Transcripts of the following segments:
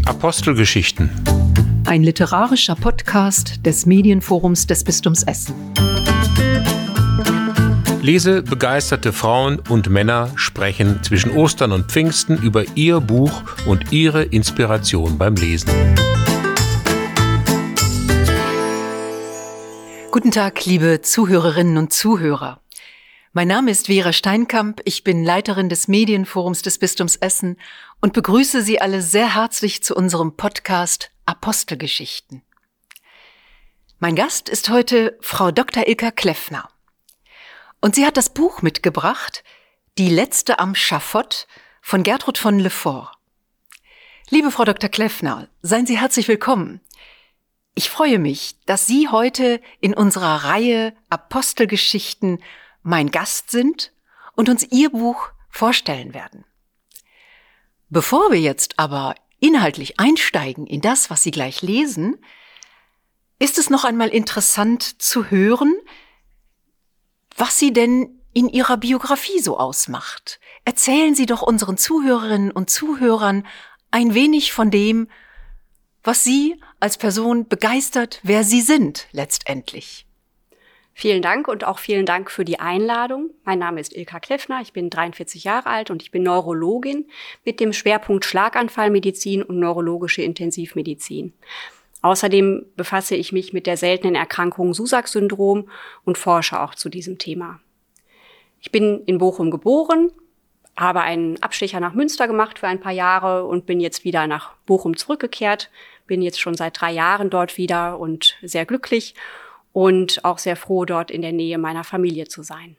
Apostelgeschichten. Ein literarischer Podcast des Medienforums des Bistums Essen. Lesebegeisterte Frauen und Männer sprechen zwischen Ostern und Pfingsten über ihr Buch und ihre Inspiration beim Lesen. Guten Tag, liebe Zuhörerinnen und Zuhörer. Mein Name ist Vera Steinkamp, ich bin Leiterin des Medienforums des Bistums Essen und begrüße Sie alle sehr herzlich zu unserem Podcast Apostelgeschichten. Mein Gast ist heute Frau Dr. Ilka Kleffner. Und sie hat das Buch mitgebracht, Die Letzte am Schafott von Gertrud von Le Fort. Liebe Frau Dr. Kleffner, seien Sie herzlich willkommen. Ich freue mich, dass Sie heute in unserer Reihe Apostelgeschichten mein Gast sind und uns Ihr Buch vorstellen werden. Bevor wir jetzt aber inhaltlich einsteigen in das, was Sie gleich lesen, ist es noch einmal interessant zu hören, was Sie denn in Ihrer Biografie so ausmacht. Erzählen Sie doch unseren Zuhörerinnen und Zuhörern ein wenig von dem, was Sie als Person begeistert, wer Sie sind letztendlich. Vielen Dank und auch vielen Dank für die Einladung. Mein Name ist Ilka Kleffner, ich bin 43 Jahre alt und ich bin Neurologin mit dem Schwerpunkt Schlaganfallmedizin und neurologische Intensivmedizin. Außerdem befasse ich mich mit der seltenen Erkrankung Susak-Syndrom und forsche auch zu diesem Thema. Ich bin in Bochum geboren, habe einen Abstecher nach Münster gemacht für ein paar Jahre und bin jetzt wieder nach Bochum zurückgekehrt. Bin jetzt schon seit 3 Jahren dort wieder und sehr glücklich und auch sehr froh, dort in der Nähe meiner Familie zu sein.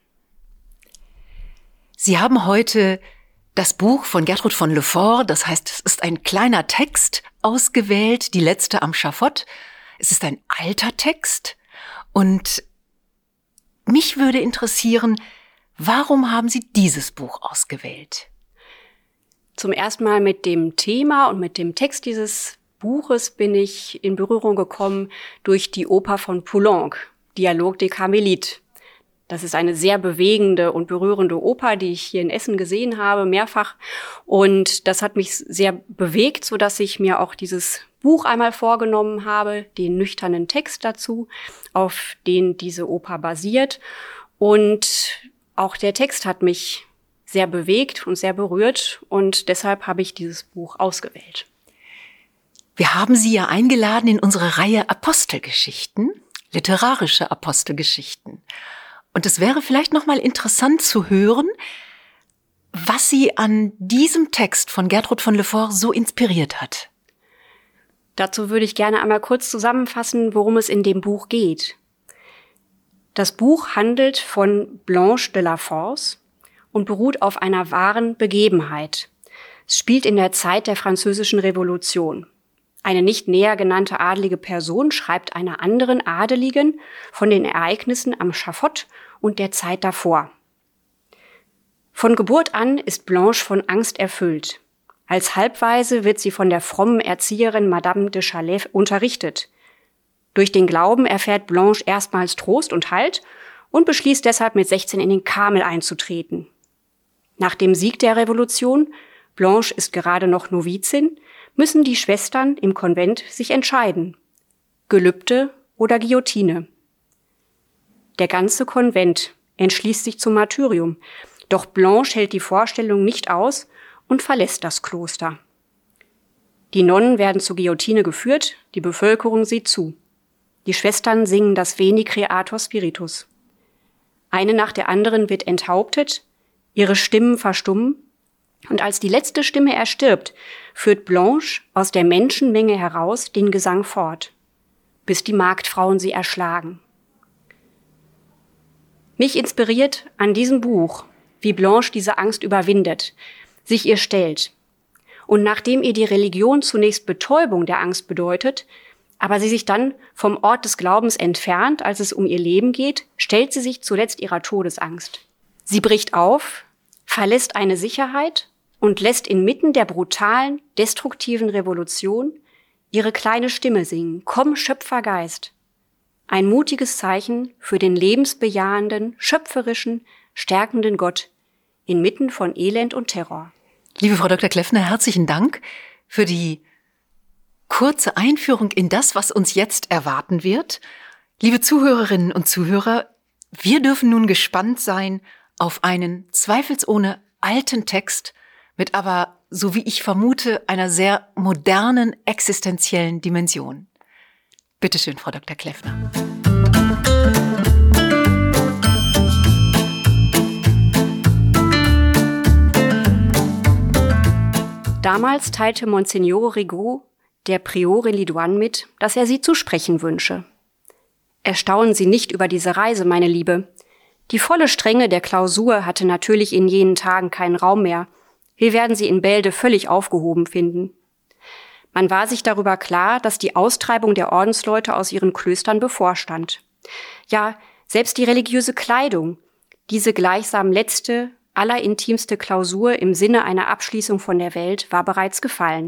Sie haben heute das Buch von Gertrud von Le Fort, das heißt, es ist ein kleiner Text ausgewählt, Die Letzte am Schafott. Es ist ein alter Text und mich würde interessieren, warum haben Sie dieses Buch ausgewählt? Zum ersten Mal mit dem Thema und mit dem Text dieses Buches bin ich in Berührung gekommen durch die Oper von Poulenc, Dialogue des Carmélites. Das ist eine sehr bewegende und berührende Oper, die ich hier in Essen gesehen habe, mehrfach. Und das hat mich sehr bewegt, sodass ich mir auch dieses Buch einmal vorgenommen habe, den nüchternen Text dazu, auf den diese Oper basiert. Und auch der Text hat mich sehr bewegt und sehr berührt und deshalb habe ich dieses Buch ausgewählt. Wir haben Sie ja eingeladen in unsere Reihe Apostelgeschichten, literarische Apostelgeschichten. Und es wäre vielleicht noch mal interessant zu hören, was Sie an diesem Text von Gertrud von Le Fort so inspiriert hat. Dazu würde ich gerne einmal kurz zusammenfassen, worum es in dem Buch geht. Das Buch handelt von Blanche de la Force und beruht auf einer wahren Begebenheit. Es spielt in der Zeit der Französischen Revolution. Eine nicht näher genannte adelige Person schreibt einer anderen Adeligen von den Ereignissen am Schafott und der Zeit davor. Von Geburt an ist Blanche von Angst erfüllt. Als Halbwaise wird sie von der frommen Erzieherin Madame de Chalais unterrichtet. Durch den Glauben erfährt Blanche erstmals Trost und Halt und beschließt deshalb mit 16 in den Karmel einzutreten. Nach dem Sieg der Revolution, Blanche ist gerade noch Novizin, müssen die Schwestern im Konvent sich entscheiden. Gelübde oder Guillotine. Der ganze Konvent entschließt sich zum Martyrium, doch Blanche hält die Vorstellung nicht aus und verlässt das Kloster. Die Nonnen werden zur Guillotine geführt, die Bevölkerung sieht zu. Die Schwestern singen das Veni Creator Spiritus. Eine nach der anderen wird enthauptet, ihre Stimmen verstummen, und als die letzte Stimme erstirbt, führt Blanche aus der Menschenmenge heraus den Gesang fort, bis die Marktfrauen sie erschlagen. Mich inspiriert an diesem Buch, wie Blanche diese Angst überwindet, sich ihr stellt. Und nachdem ihr die Religion zunächst Betäubung der Angst bedeutet, aber sie sich dann vom Ort des Glaubens entfernt, als es um ihr Leben geht, stellt sie sich zuletzt ihrer Todesangst. Sie bricht auf, verlässt eine Sicherheit und lässt inmitten der brutalen, destruktiven Revolution ihre kleine Stimme singen, Komm, Schöpfergeist. Ein mutiges Zeichen für den lebensbejahenden, schöpferischen, stärkenden Gott inmitten von Elend und Terror. Liebe Frau Dr. Kleffner, herzlichen Dank für die kurze Einführung in das, was uns jetzt erwarten wird. Liebe Zuhörerinnen und Zuhörer, wir dürfen nun gespannt sein auf einen zweifelsohne alten Text mit aber, so wie ich vermute, einer sehr modernen existenziellen Dimension. Bitte schön, Frau Dr. Kleffner. Damals teilte Monsignore Rigaud der Priore Lidoine mit, dass er sie zu sprechen wünsche. Erstaunen Sie nicht über diese Reise, meine Liebe. Die volle Strenge der Klausur hatte natürlich in jenen Tagen keinen Raum mehr. Wir werden sie in Bälde völlig aufgehoben finden. Man war sich darüber klar, dass die Austreibung der Ordensleute aus ihren Klöstern bevorstand. Ja, selbst die religiöse Kleidung, diese gleichsam letzte, allerintimste Klausur im Sinne einer Abschließung von der Welt, war bereits gefallen.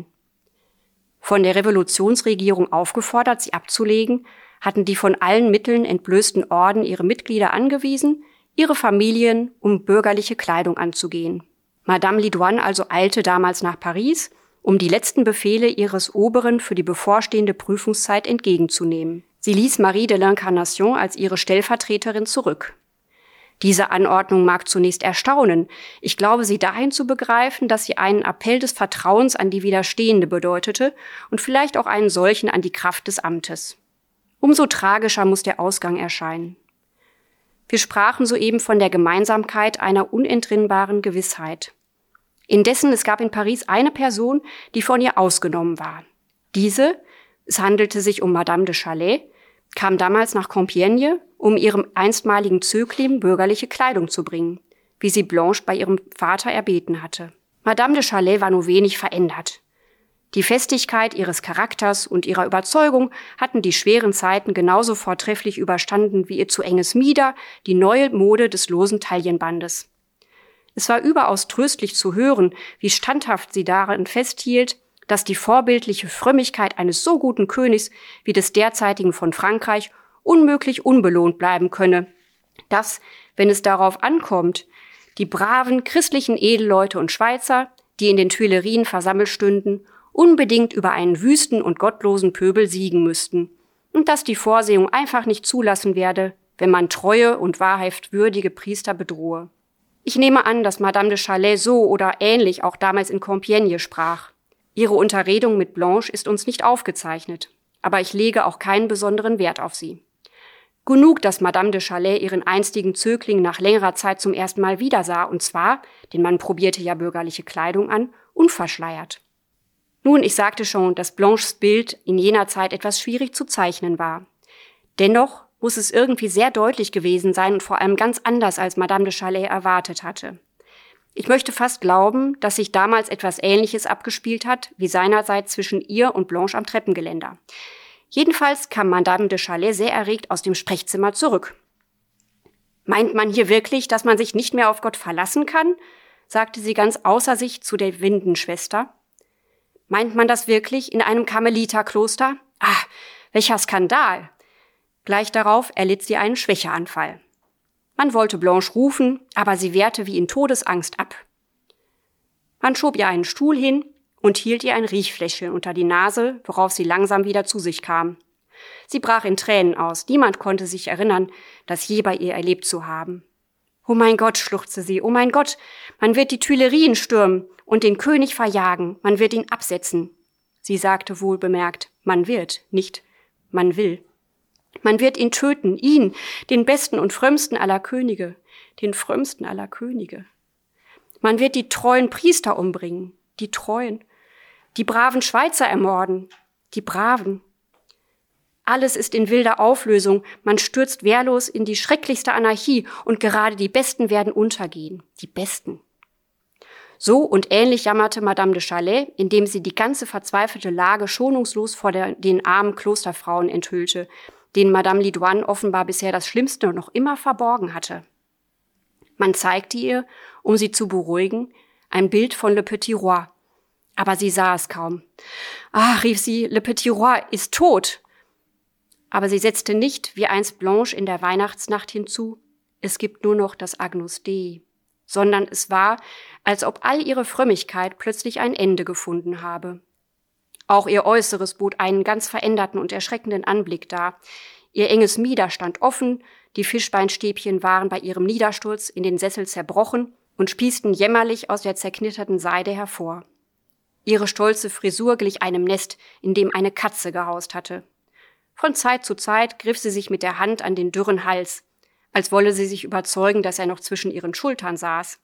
Von der Revolutionsregierung aufgefordert, sie abzulegen, hatten die von allen Mitteln entblößten Orden ihre Mitglieder angewiesen, ihre Familien um bürgerliche Kleidung anzugehen. Madame Lidoine also eilte damals nach Paris, um die letzten Befehle ihres Oberen für die bevorstehende Prüfungszeit entgegenzunehmen. Sie ließ Marie de l'Incarnation als ihre Stellvertreterin zurück. Diese Anordnung mag zunächst erstaunen. Ich glaube, sie dahin zu begreifen, dass sie einen Appell des Vertrauens an die Widerstehende bedeutete und vielleicht auch einen solchen an die Kraft des Amtes. Umso tragischer muss der Ausgang erscheinen. Wir sprachen soeben von der Gemeinsamkeit einer unentrinnbaren Gewissheit. Indessen, es gab in Paris eine Person, die von ihr ausgenommen war. Diese, es handelte sich um Madame de Chalais, kam damals nach Compiègne, um ihrem einstmaligen Zögling bürgerliche Kleidung zu bringen, wie sie Blanche bei ihrem Vater erbeten hatte. Madame de Chalais war nur wenig verändert. Die Festigkeit ihres Charakters und ihrer Überzeugung hatten die schweren Zeiten genauso vortrefflich überstanden wie ihr zu enges Mieder, die neue Mode des losen Taillenbandes. Es war überaus tröstlich zu hören, wie standhaft sie daran festhielt, dass die vorbildliche Frömmigkeit eines so guten Königs wie des derzeitigen von Frankreich unmöglich unbelohnt bleiben könne, dass, wenn es darauf ankommt, die braven christlichen Edelleute und Schweizer, die in den Tuilerien versammelt stünden, unbedingt über einen wüsten und gottlosen Pöbel siegen müssten und dass die Vorsehung einfach nicht zulassen werde, wenn man treue und wahrhaft würdige Priester bedrohe. Ich nehme an, dass Madame de Chalais so oder ähnlich auch damals in Compiègne sprach. Ihre Unterredung mit Blanche ist uns nicht aufgezeichnet, aber ich lege auch keinen besonderen Wert auf sie. Genug, dass Madame de Chalais ihren einstigen Zögling nach längerer Zeit zum ersten Mal wiedersah, und zwar, denn man probierte ja bürgerliche Kleidung an, unverschleiert. Nun, ich sagte schon, dass Blanches Bild in jener Zeit etwas schwierig zu zeichnen war. Dennoch muss es irgendwie sehr deutlich gewesen sein und vor allem ganz anders, als Madame de Chalais erwartet hatte. Ich möchte fast glauben, dass sich damals etwas Ähnliches abgespielt hat, wie seinerseits zwischen ihr und Blanche am Treppengeländer. Jedenfalls kam Madame de Chalais sehr erregt aus dem Sprechzimmer zurück. »Meint man hier wirklich, dass man sich nicht mehr auf Gott verlassen kann?« sagte sie ganz außer sich zu der Windenschwester. »Meint man das wirklich in einem Karmeliterkloster? Ah, welcher Skandal!« Gleich darauf erlitt sie einen Schwächeanfall. Man wollte Blanche rufen, aber sie wehrte wie in Todesangst ab. Man schob ihr einen Stuhl hin und hielt ihr ein Riechfläschchen unter die Nase, worauf sie langsam wieder zu sich kam. Sie brach in Tränen aus. Niemand konnte sich erinnern, das je bei ihr erlebt zu haben. »Oh mein Gott«, schluchzte sie, »oh mein Gott, man wird die Tuilerien stürmen und den König verjagen, man wird ihn absetzen.« Sie sagte wohlbemerkt, man wird, nicht man will. Man wird ihn töten, ihn, den besten und frömmsten aller Könige, den frömmsten aller Könige. Man wird die treuen Priester umbringen, die treuen, die braven Schweizer ermorden, die braven. Alles ist in wilder Auflösung, man stürzt wehrlos in die schrecklichste Anarchie und gerade die Besten werden untergehen, die Besten. So und ähnlich jammerte Madame de Chalais, indem sie die ganze verzweifelte Lage schonungslos vor den armen Klosterfrauen enthüllte, denen Madame Lidoine offenbar bisher das Schlimmste noch immer verborgen hatte. Man zeigte ihr, um sie zu beruhigen, ein Bild von Le Petit Roi. Aber sie sah es kaum. »Ah«, rief sie, »Le Petit Roi ist tot!« Aber sie setzte nicht, wie einst Blanche in der Weihnachtsnacht hinzu, »Es gibt nur noch das Agnus Dei«, sondern es war, als ob all ihre Frömmigkeit plötzlich ein Ende gefunden habe. Auch ihr Äußeres bot einen ganz veränderten und erschreckenden Anblick dar. Ihr enges Mieder stand offen, die Fischbeinstäbchen waren bei ihrem Niedersturz in den Sessel zerbrochen und spießten jämmerlich aus der zerknitterten Seide hervor. Ihre stolze Frisur glich einem Nest, in dem eine Katze gehaust hatte. Von Zeit zu Zeit griff sie sich mit der Hand an den dürren Hals, als wolle sie sich überzeugen, dass er noch zwischen ihren Schultern saß.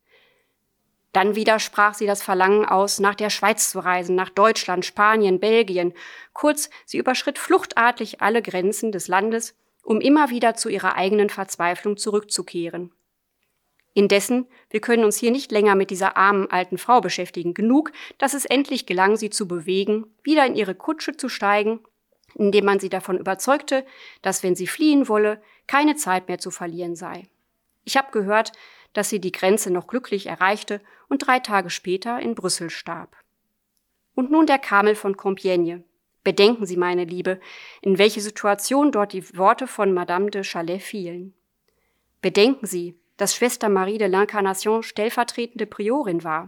Dann wieder sprach sie das Verlangen aus, nach der Schweiz zu reisen, nach Deutschland, Spanien, Belgien. Kurz, sie überschritt fluchtartig alle Grenzen des Landes, um immer wieder zu ihrer eigenen Verzweiflung zurückzukehren. Indessen, wir können uns hier nicht länger mit dieser armen alten Frau beschäftigen. Genug, dass es endlich gelang, sie zu bewegen, wieder in ihre Kutsche zu steigen, indem man sie davon überzeugte, dass, wenn sie fliehen wolle, keine Zeit mehr zu verlieren sei. Ich habe gehört, dass sie die Grenze noch glücklich erreichte und 3 Tage später in Brüssel starb. Und nun der Kamel von Compiègne. Bedenken Sie, meine Liebe, in welche Situation dort die Worte von Madame de Chalais fielen. Bedenken Sie, dass Schwester Marie de l'Incarnation stellvertretende Priorin war.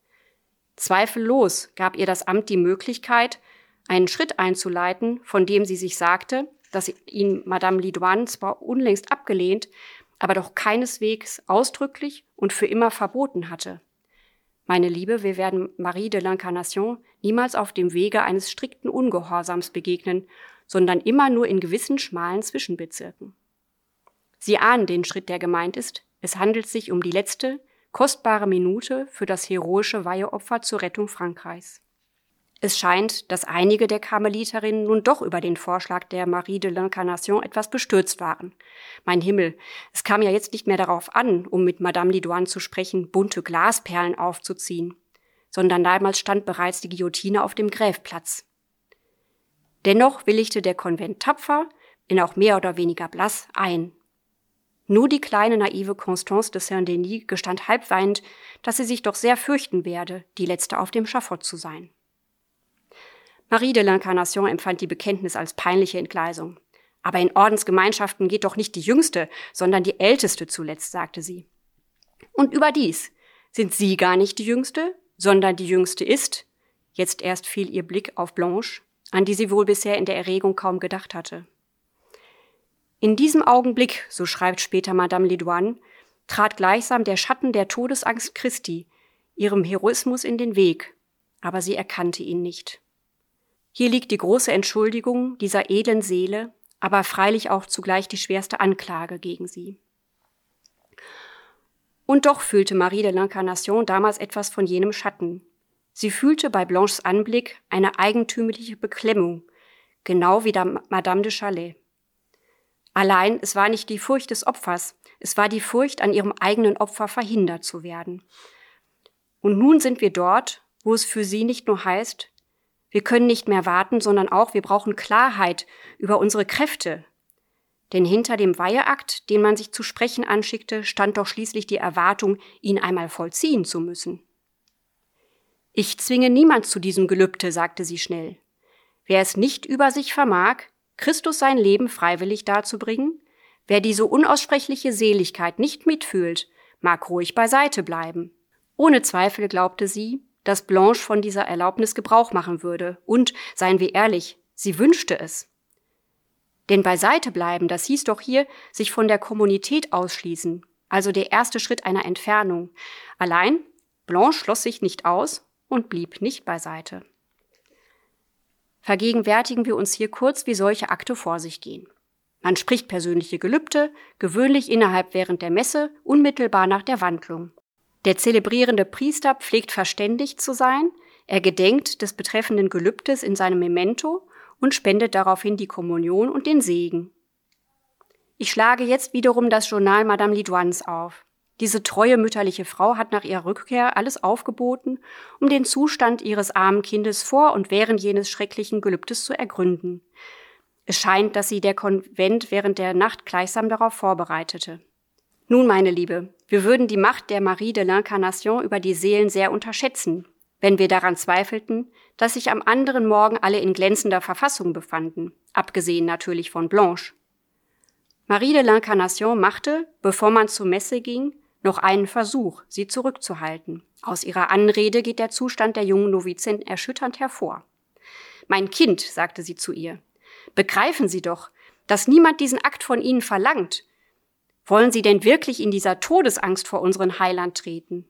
Zweifellos gab ihr das Amt die Möglichkeit, einen Schritt einzuleiten, von dem sie sich sagte, dass ihn Madame Lidoine zwar unlängst abgelehnt, aber doch keineswegs ausdrücklich und für immer verboten hatte. Meine Liebe, wir werden Marie de l'Incarnation niemals auf dem Wege eines strikten Ungehorsams begegnen, sondern immer nur in gewissen schmalen Zwischenbezirken. Sie ahnen den Schritt, der gemeint ist. Es handelt sich um die letzte, kostbare Minute für das heroische Weiheopfer zur Rettung Frankreichs. Es scheint, dass einige der Karmeliterinnen nun doch über den Vorschlag der Marie de l'Incarnation etwas bestürzt waren. Mein Himmel, es kam ja jetzt nicht mehr darauf an, um mit Madame Lidoine zu sprechen, bunte Glasperlen aufzuziehen, sondern damals stand bereits die Guillotine auf dem Gräfplatz. Dennoch willigte der Konvent tapfer, wenn auch mehr oder weniger blass, ein. Nur die kleine naive Constance de Saint-Denis gestand halb weinend, dass sie sich doch sehr fürchten werde, die Letzte auf dem Schafott zu sein. Marie de l'Incarnation empfand die Bekenntnis als peinliche Entgleisung. Aber in Ordensgemeinschaften geht doch nicht die Jüngste, sondern die Älteste zuletzt, sagte sie. Und überdies sind Sie gar nicht die Jüngste, sondern die Jüngste ist, jetzt erst fiel ihr Blick auf Blanche, an die sie wohl bisher in der Erregung kaum gedacht hatte. In diesem Augenblick, so schreibt später Madame Lidoine, trat gleichsam der Schatten der Todesangst Christi, ihrem Heroismus in den Weg, aber sie erkannte ihn nicht. Hier liegt die große Entschuldigung dieser edlen Seele, aber freilich auch zugleich die schwerste Anklage gegen sie. Und doch fühlte Marie de l'Incarnation damals etwas von jenem Schatten. Sie fühlte bei Blanches Anblick eine eigentümliche Beklemmung, genau wie der Madame de Chalais. Allein, es war nicht die Furcht des Opfers, es war die Furcht, an ihrem eigenen Opfer verhindert zu werden. Und nun sind wir dort, wo es für sie nicht nur heißt, wir können nicht mehr warten, sondern auch, wir brauchen Klarheit über unsere Kräfte. Denn hinter dem Weiheakt, den man sich zu sprechen anschickte, stand doch schließlich die Erwartung, ihn einmal vollziehen zu müssen. Ich zwinge niemand zu diesem Gelübde, sagte sie schnell. Wer es nicht über sich vermag, Christus sein Leben freiwillig darzubringen, wer die so unaussprechliche Seligkeit nicht mitfühlt, mag ruhig beiseite bleiben. Ohne Zweifel glaubte sie, dass Blanche von dieser Erlaubnis Gebrauch machen würde. Und, seien wir ehrlich, sie wünschte es. Denn beiseite bleiben, das hieß doch hier, sich von der Kommunität ausschließen, also der erste Schritt einer Entfernung. Allein, Blanche schloss sich nicht aus und blieb nicht beiseite. Vergegenwärtigen wir uns hier kurz, wie solche Akte vor sich gehen. Man spricht persönliche Gelübde, gewöhnlich innerhalb während der Messe, unmittelbar nach der Wandlung. Der zelebrierende Priester pflegt verständigt zu sein, er gedenkt des betreffenden Gelübdes in seinem Memento und spendet daraufhin die Kommunion und den Segen. Ich schlage jetzt wiederum das Journal Madame Lidoines auf. Diese treue mütterliche Frau hat nach ihrer Rückkehr alles aufgeboten, um den Zustand ihres armen Kindes vor und während jenes schrecklichen Gelübdes zu ergründen. Es scheint, dass sie der Konvent während der Nacht gleichsam darauf vorbereitete. Nun, meine Liebe, wir würden die Macht der Marie de l'Incarnation über die Seelen sehr unterschätzen, wenn wir daran zweifelten, dass sich am anderen Morgen alle in glänzender Verfassung befanden, abgesehen natürlich von Blanche. Marie de l'Incarnation machte, bevor man zur Messe ging, noch einen Versuch, sie zurückzuhalten. Aus ihrer Anrede geht der Zustand der jungen Novizin erschütternd hervor. mein Kind«, sagte sie zu ihr. »Begreifen Sie doch, dass niemand diesen Akt von Ihnen verlangt. Wollen Sie denn wirklich in dieser Todesangst vor unseren Heiland treten?«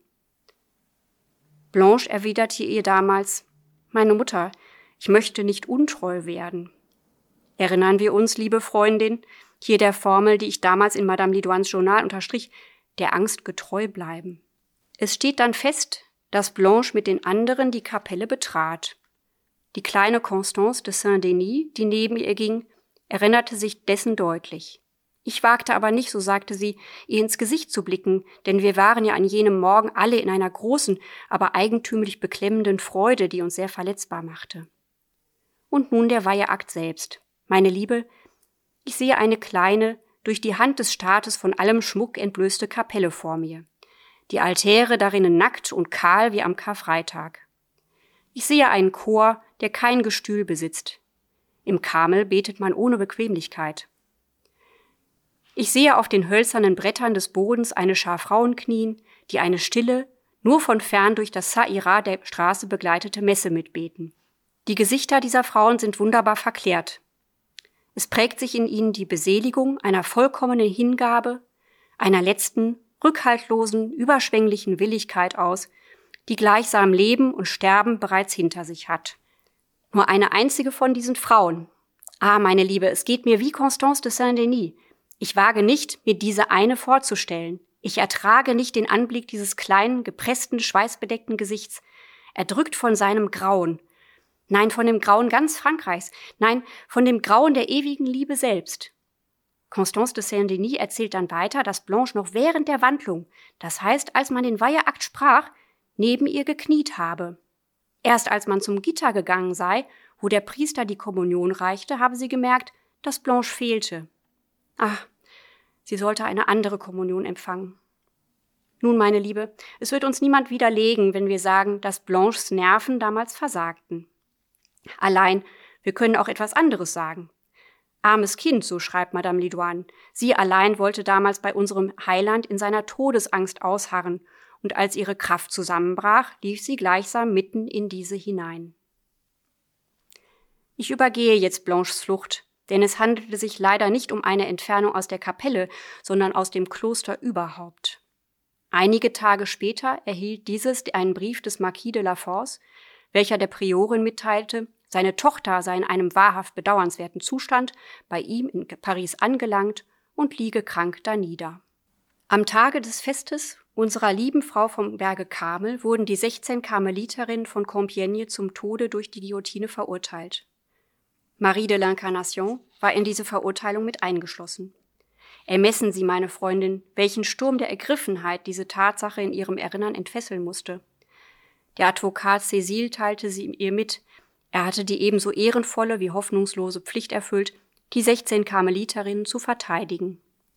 Blanche erwiderte ihr damals: »Meine Mutter, ich möchte nicht untreu werden.« Erinnern wir uns, liebe Freundin, hier der Formel, die ich damals in Madame Lidoines Journal unterstrich, der Angst getreu bleiben. Es steht dann fest, dass Blanche mit den anderen die Kapelle betrat. Die kleine Constance de Saint-Denis, die neben ihr ging, erinnerte sich dessen deutlich. Ich wagte aber nicht, so sagte sie, ihr ins Gesicht zu blicken, denn wir waren ja an jenem Morgen alle in einer großen, aber eigentümlich beklemmenden Freude, die uns sehr verletzbar machte. Und nun der Weiheakt selbst. Meine Liebe, ich sehe eine kleine, durch die Hand des Staates von allem Schmuck entblößte Kapelle vor mir. Die Altäre darinnen nackt und kahl wie am Karfreitag. Ich sehe einen Chor, der kein Gestühl besitzt. Im Karmel betet man ohne Bequemlichkeit. Ich sehe auf den hölzernen Brettern des Bodens eine Schar Frauen knien, die eine stille, nur von fern durch das Ça-ira der Straße begleitete Messe mitbeten. Die Gesichter dieser Frauen sind wunderbar verklärt. Es prägt sich in ihnen die Beseligung einer vollkommenen Hingabe, einer letzten, rückhaltlosen, überschwänglichen Willigkeit aus, die gleichsam Leben und Sterben bereits hinter sich hat. Nur eine einzige von diesen Frauen. Ah, meine Liebe, es geht mir wie Constance de Saint-Denis. Ich wage nicht, mir diese eine vorzustellen. Ich ertrage nicht den Anblick dieses kleinen, gepressten, schweißbedeckten Gesichts, erdrückt von seinem Grauen. Nein, von dem Grauen ganz Frankreichs. Nein, von dem Grauen der ewigen Liebe selbst. Constance de Saint-Denis erzählt dann weiter, dass Blanche noch während der Wandlung, das heißt, als man den Weiheakt sprach, neben ihr gekniet habe. Erst als man zum Gitter gegangen sei, wo der Priester die Kommunion reichte, habe sie gemerkt, dass Blanche fehlte. Ach, sie sollte eine andere Kommunion empfangen. Nun, meine Liebe, es wird uns niemand widerlegen, wenn wir sagen, dass Blanches Nerven damals versagten. Allein, wir können auch etwas anderes sagen. Armes Kind, so schreibt Madame Lidoine, sie allein wollte damals bei unserem Heiland in seiner Todesangst ausharren, und als ihre Kraft zusammenbrach, lief sie gleichsam mitten in diese hinein. Ich übergehe jetzt Blanches Flucht, denn es handelte sich leider nicht um eine Entfernung aus der Kapelle, sondern aus dem Kloster überhaupt. Einige Tage später erhielt dieses einen Brief des Marquis de la Force, welcher der Priorin mitteilte, seine Tochter sei in einem wahrhaft bedauernswerten Zustand bei ihm in Paris angelangt und liege krank danieder. Am Tage des Festes unserer lieben Frau vom Berge Karmel wurden die 16 Karmeliterinnen von Compiègne zum Tode durch die Guillotine verurteilt. Marie de l'Incarnation war in diese Verurteilung mit eingeschlossen. Ermessen Sie, meine Freundin, welchen Sturm der Ergriffenheit diese Tatsache in ihrem Erinnern entfesseln musste. Der Advokat Cécile teilte sie ihr mit, er hatte die ebenso ehrenvolle wie hoffnungslose Pflicht erfüllt, die 16 Karmeliterinnen zu verteidigen.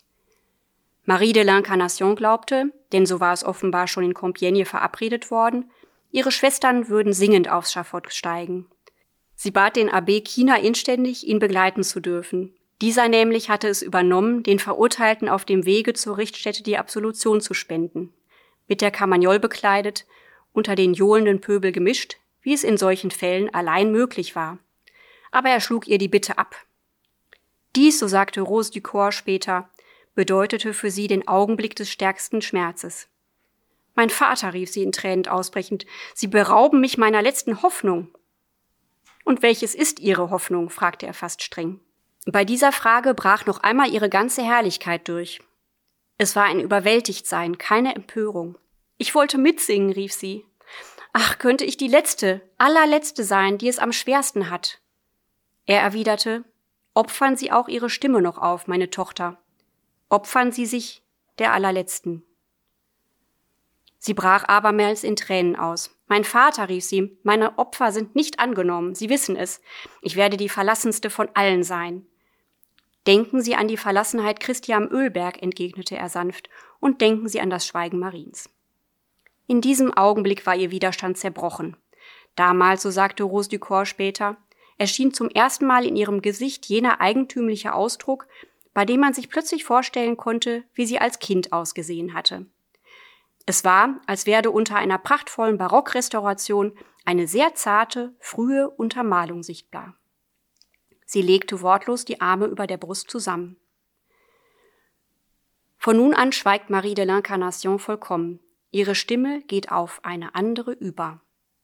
Marie de l'Incarnation glaubte, denn so war es offenbar schon in Compiègne verabredet worden, ihre Schwestern würden singend aufs Schafott steigen. Sie bat den Abbé Kina inständig, ihn begleiten zu dürfen. Dieser nämlich hatte es übernommen, den Verurteilten auf dem Wege zur Richtstätte die Absolution zu spenden. Mit der Carmagnole bekleidet, unter den johlenden Pöbel gemischt, wie es in solchen Fällen allein möglich war. Aber er schlug ihr die Bitte ab. Dies, so sagte Rose Ducour später, bedeutete für sie den Augenblick des stärksten Schmerzes. »Mein Vater«, rief sie in Tränen ausbrechend, »Sie berauben mich meiner letzten Hoffnung.« »Und welches ist Ihre Hoffnung?« fragte er fast streng. Bei dieser Frage brach noch einmal ihre ganze Herrlichkeit durch. Es war ein Überwältigtsein, keine Empörung. »Ich wollte mitsingen«, rief sie. »Ach, könnte ich die letzte, allerletzte sein, die es am schwersten hat.« Er erwiderte, »Opfern Sie auch Ihre Stimme noch auf, meine Tochter. Opfern Sie sich der Allerletzten.« Sie brach abermals in Tränen aus. »Mein Vater«, rief sie, »meine Opfer sind nicht angenommen, Sie wissen es. Ich werde die Verlassenste von allen sein.« »Denken Sie an die Verlassenheit Christi am Ölberg«, entgegnete er sanft, »und denken Sie an das Schweigen Mariens.« In diesem Augenblick war ihr Widerstand zerbrochen. Damals, so sagte Rose Ducour später, erschien zum ersten Mal in ihrem Gesicht jener eigentümliche Ausdruck, bei dem man sich plötzlich vorstellen konnte, wie sie als Kind ausgesehen hatte. Es war, als werde unter einer prachtvollen Barockrestauration eine sehr zarte, frühe Untermalung sichtbar. Sie legte wortlos die Arme über der Brust zusammen. Von nun an schweigt Marie de l'Incarnation vollkommen. Ihre Stimme geht auf eine andere über.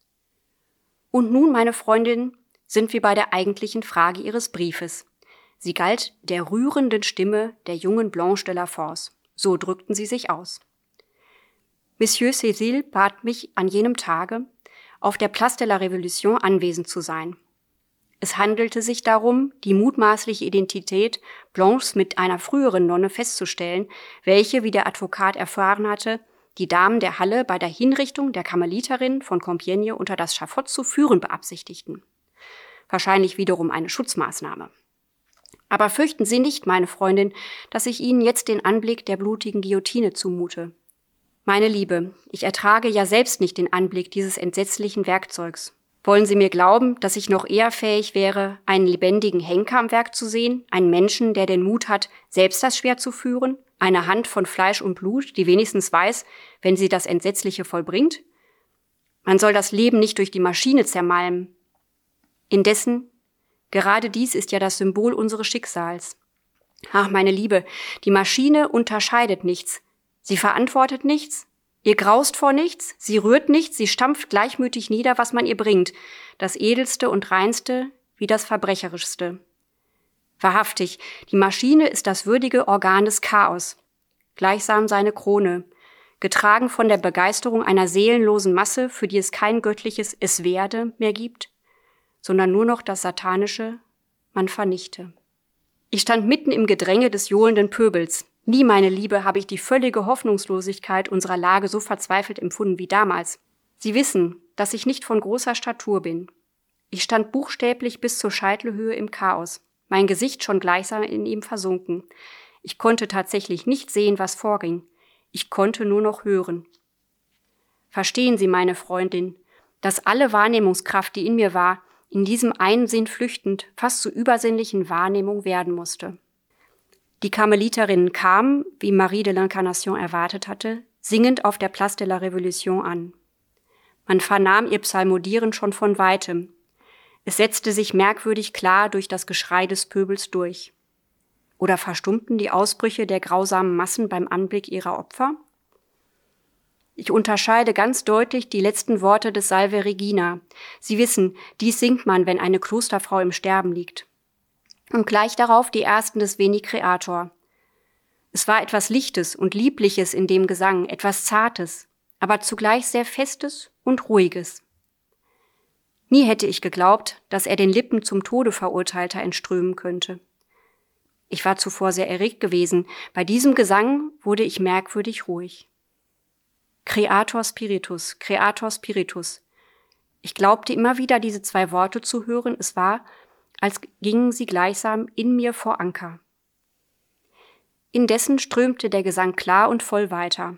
Und nun, meine Freundin, sind wir bei der eigentlichen Frage Ihres Briefes. Sie galt der rührenden Stimme der jungen Blanche de la Force. So drückten sie sich aus. Monsieur Cécile bat mich an jenem Tage, auf der Place de la Révolution anwesend zu sein. Es handelte sich darum, die mutmaßliche Identität Blanches mit einer früheren Nonne festzustellen, welche, wie der Advokat erfahren hatte, die Damen der Halle bei der Hinrichtung der Karmeliterin von Compiègne unter das Schafott zu führen beabsichtigten. Wahrscheinlich wiederum eine Schutzmaßnahme. Aber fürchten Sie nicht, meine Freundin, dass ich Ihnen jetzt den Anblick der blutigen Guillotine zumute. Meine Liebe, ich ertrage ja selbst nicht den Anblick dieses entsetzlichen Werkzeugs. Wollen Sie mir glauben, dass ich noch eher fähig wäre, einen lebendigen Henker am Werk zu sehen, einen Menschen, der den Mut hat, selbst das Schwert zu führen, eine Hand von Fleisch und Blut, die wenigstens weiß, wenn sie das Entsetzliche vollbringt? Man soll das Leben nicht durch die Maschine zermalmen. Indessen, gerade dies ist ja das Symbol unseres Schicksals. Ach, meine Liebe, die Maschine unterscheidet nichts. Sie verantwortet nichts. Ihr graust vor nichts, sie rührt nichts, sie stampft gleichmütig nieder, was man ihr bringt, das Edelste und Reinste wie das Verbrecherischste. Wahrhaftig, die Maschine ist das würdige Organ des Chaos, gleichsam seine Krone, getragen von der Begeisterung einer seelenlosen Masse, für die es kein göttliches Es werde mehr gibt, sondern nur noch das satanische Man vernichte. Ich stand mitten im Gedränge des johlenden Pöbels. Nie, meine Liebe, habe ich die völlige Hoffnungslosigkeit unserer Lage so verzweifelt empfunden wie damals. Sie wissen, dass ich nicht von großer Statur bin. Ich stand buchstäblich bis zur Scheitelhöhe im Chaos, mein Gesicht schon gleichsam in ihm versunken. Ich konnte tatsächlich nicht sehen, was vorging. Ich konnte nur noch hören. Verstehen Sie, meine Freundin, dass alle Wahrnehmungskraft, die in mir war, in diesem einen Sinn flüchtend fast zur übersinnlichen Wahrnehmung werden musste. Die Karmeliterinnen kamen, wie Marie de l'Incarnation erwartet hatte, singend auf der Place de la Révolution an. Man vernahm ihr Psalmodieren schon von Weitem. Es setzte sich merkwürdig klar durch das Geschrei des Pöbels durch. Oder verstummten die Ausbrüche der grausamen Massen beim Anblick ihrer Opfer? Ich unterscheide ganz deutlich die letzten Worte des Salve Regina. Sie wissen, dies singt man, wenn eine Klosterfrau im Sterben liegt. Und gleich darauf die ersten des Veni Creator. Es war etwas Lichtes und Liebliches in dem Gesang, etwas Zartes, aber zugleich sehr Festes und Ruhiges. Nie hätte ich geglaubt, dass er den Lippen zum Tode Verurteilter entströmen könnte. Ich war zuvor sehr erregt gewesen. Bei diesem Gesang wurde ich merkwürdig ruhig. Creator Spiritus, Creator Spiritus. Ich glaubte immer wieder, diese zwei Worte zu hören. Es war, als gingen sie gleichsam in mir vor Anker. Indessen strömte der Gesang klar und voll weiter.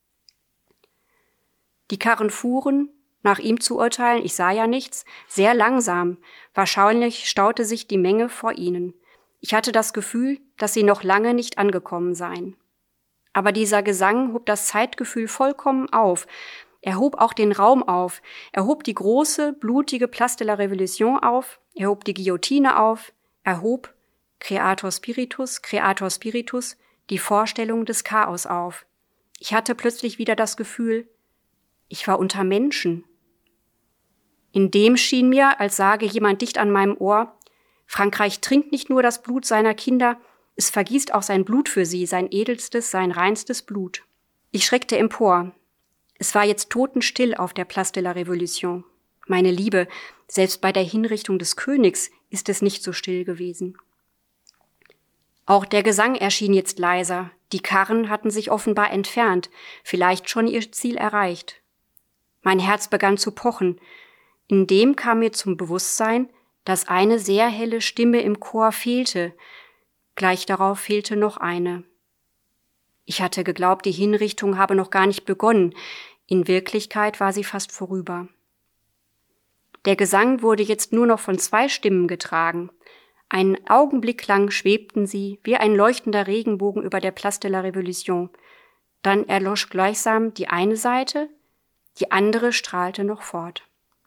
Die Karren fuhren, nach ihm zu urteilen, ich sah ja nichts, sehr langsam. Wahrscheinlich staute sich die Menge vor ihnen. Ich hatte das Gefühl, dass sie noch lange nicht angekommen seien. Aber dieser Gesang hob das Zeitgefühl vollkommen auf. Er hob auch den Raum auf. Er hob die große, blutige Place de la Révolution auf. Er hob die Guillotine auf. Er hob, Creator Spiritus, die Vorstellung des Chaos auf. Ich hatte plötzlich wieder das Gefühl, ich war unter Menschen. In dem schien mir, als sage jemand dicht an meinem Ohr, Frankreich trinkt nicht nur das Blut seiner Kinder, es vergießt auch sein Blut für sie, sein edelstes, sein reinstes Blut. Ich schreckte empor. Es war jetzt totenstill auf der Place de la Révolution. Meine Liebe, selbst bei der Hinrichtung des Königs ist es nicht so still gewesen. Auch der Gesang erschien jetzt leiser. Die Karren hatten sich offenbar entfernt, vielleicht schon ihr Ziel erreicht. Mein Herz begann zu pochen. In dem kam mir zum Bewusstsein, dass eine sehr helle Stimme im Chor fehlte. Gleich darauf fehlte noch eine. Ich hatte geglaubt, die Hinrichtung habe noch gar nicht begonnen. In Wirklichkeit war sie fast vorüber. Der Gesang wurde jetzt nur noch von 2 Stimmen getragen. Einen Augenblick lang schwebten sie wie ein leuchtender Regenbogen über der Place de la Révolution. Dann erlosch gleichsam die eine Seite, die andere strahlte noch fort.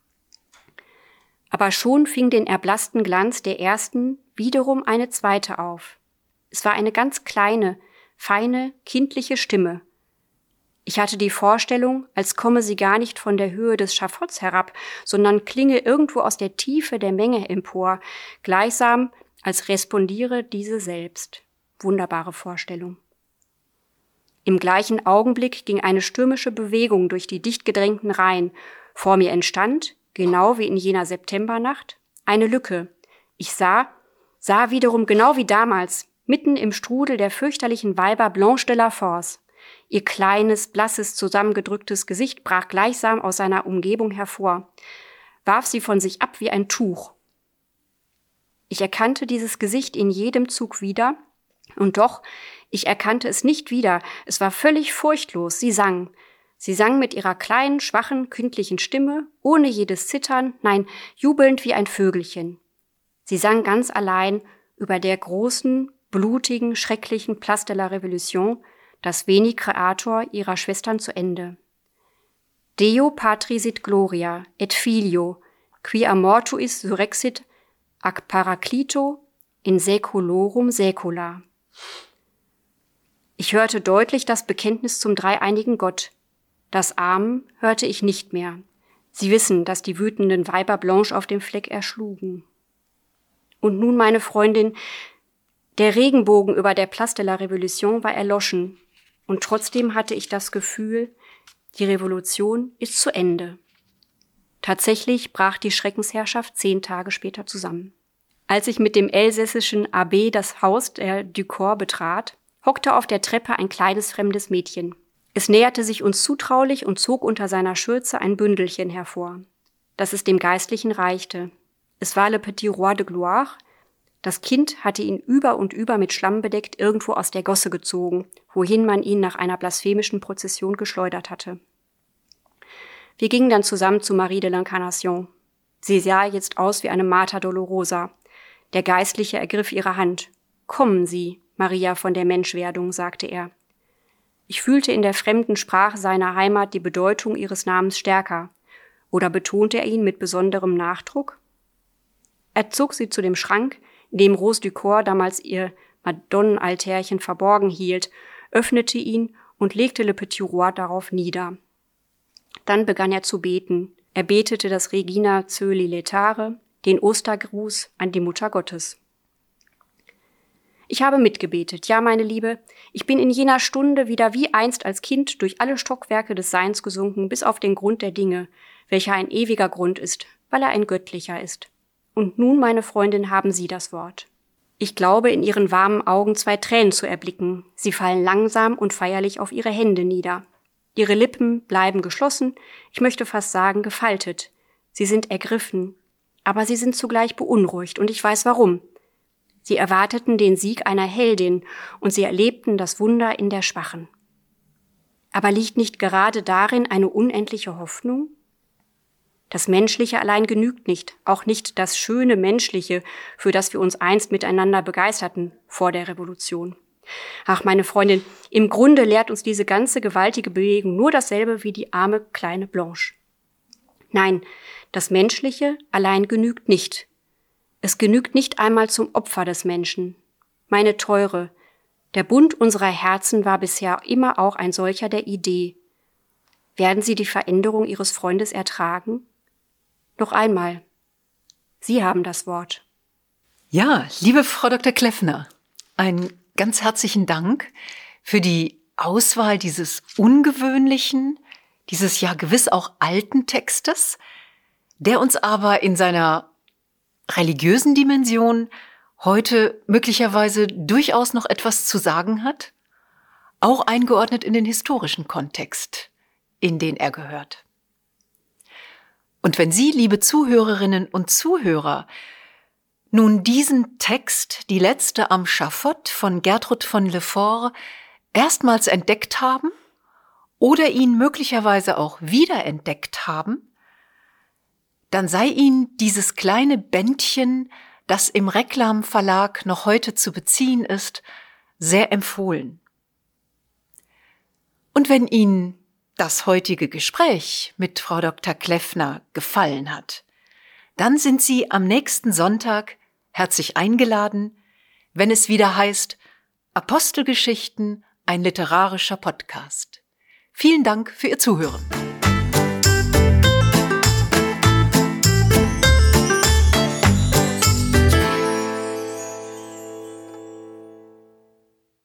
Aber schon fing den erblassten Glanz der ersten wiederum eine zweite auf. Es war eine ganz kleine, feine, kindliche Stimme. Ich hatte die Vorstellung, als komme sie gar nicht von der Höhe des Schafotts herab, sondern klinge irgendwo aus der Tiefe der Menge empor, gleichsam als respondiere diese selbst. Wunderbare Vorstellung. Im gleichen Augenblick ging eine stürmische Bewegung durch die dicht gedrängten Reihen. Vor mir entstand, genau wie in jener Septembernacht, eine Lücke. Ich sah wiederum genau wie damals, mitten im Strudel der fürchterlichen Weiber Blanche de la Force. Ihr kleines, blasses, zusammengedrücktes Gesicht brach gleichsam aus seiner Umgebung hervor, warf sie von sich ab wie ein Tuch. Ich erkannte dieses Gesicht in jedem Zug wieder, und doch, ich erkannte es nicht wieder, es war völlig furchtlos, sie sang. Sie sang mit ihrer kleinen, schwachen, kindlichen Stimme, ohne jedes Zittern, nein, jubelnd wie ein Vögelchen. Sie sang ganz allein über der großen, blutigen, schrecklichen Place de la Révolution, das Veni Creator ihrer Schwestern zu Ende. Deo patri sit gloria, et filio, qui a mortuis surrexit, ac paraclito in saeculorum saecula. Ich hörte deutlich das Bekenntnis zum dreieinigen Gott. Das Amen hörte ich nicht mehr. Sie wissen, dass die wütenden Weiber Blanche auf dem Fleck erschlugen. Und nun, meine Freundin, der Regenbogen über der Place de la Révolution war erloschen. Und trotzdem hatte ich das Gefühl, die Revolution ist zu Ende. Tatsächlich brach die Schreckensherrschaft 10 Tage später zusammen. Als ich mit dem elsässischen Abbé das Haus der Ducorps betrat, hockte auf der Treppe ein kleines fremdes Mädchen. Es näherte sich uns zutraulich und zog unter seiner Schürze ein Bündelchen hervor, das es dem Geistlichen reichte. Es war Le Petit Roi de Gloire. Das Kind hatte ihn über und über mit Schlamm bedeckt irgendwo aus der Gosse gezogen, wohin man ihn nach einer blasphemischen Prozession geschleudert hatte. Wir gingen dann zusammen zu Marie de l'Incarnation. Sie sah jetzt aus wie eine Mater Dolorosa. Der Geistliche ergriff ihre Hand. »Kommen Sie, Maria von der Menschwerdung«, sagte er. Ich fühlte in der fremden Sprache seiner Heimat die Bedeutung ihres Namens stärker. Oder betonte er ihn mit besonderem Nachdruck? Er zog sie zu dem Schrank, in dem Rose Ducorps damals ihr Madonnenaltärchen verborgen hielt, öffnete ihn und legte Le Petit Roi darauf nieder. Dann begann er zu beten. Er betete das Regina Coeli Laetare, den Ostergruß an die Mutter Gottes. Ich habe mitgebetet, ja, meine Liebe, ich bin in jener Stunde wieder wie einst als Kind durch alle Stockwerke des Seins gesunken, bis auf den Grund der Dinge, welcher ein ewiger Grund ist, weil er ein göttlicher ist. Und nun, meine Freundin, haben Sie das Wort. Ich glaube, in Ihren warmen Augen 2 Tränen zu erblicken. Sie fallen langsam und feierlich auf Ihre Hände nieder. Ihre Lippen bleiben geschlossen, ich möchte fast sagen gefaltet. Sie sind ergriffen, aber sie sind zugleich beunruhigt, und ich weiß warum. Sie erwarteten den Sieg einer Heldin, und sie erlebten das Wunder in der Schwachen. Aber liegt nicht gerade darin eine unendliche Hoffnung? Das Menschliche allein genügt nicht, auch nicht das schöne Menschliche, für das wir uns einst miteinander begeisterten vor der Revolution. Ach, meine Freundin, im Grunde lehrt uns diese ganze gewaltige Bewegung nur dasselbe wie die arme kleine Blanche. Nein, das Menschliche allein genügt nicht. Es genügt nicht einmal zum Opfer des Menschen. Meine Teure, der Bund unserer Herzen war bisher immer auch ein solcher der Idee. Werden Sie die Veränderung Ihres Freundes ertragen? Noch einmal, Sie haben das Wort. Ja, liebe Frau Dr. Kleffner, einen ganz herzlichen Dank für die Auswahl dieses ungewöhnlichen, dieses ja gewiss auch alten Textes, der uns aber in seiner religiösen Dimension heute möglicherweise durchaus noch etwas zu sagen hat, auch eingeordnet in den historischen Kontext, in den er gehört. Und wenn Sie, liebe Zuhörerinnen und Zuhörer, nun diesen Text, die letzte am Schafott von Gertrud von Le Fort, erstmals entdeckt haben oder ihn möglicherweise auch wiederentdeckt haben, dann sei Ihnen dieses kleine Bändchen, das im Reklam Verlag noch heute zu beziehen ist, sehr empfohlen. Und wenn Ihnen das heutige Gespräch mit Frau Dr. Kleffner gefallen hat, dann sind Sie am nächsten Sonntag herzlich eingeladen, wenn es wieder heißt Apostelgeschichten, ein literarischer Podcast. Vielen Dank für Ihr Zuhören.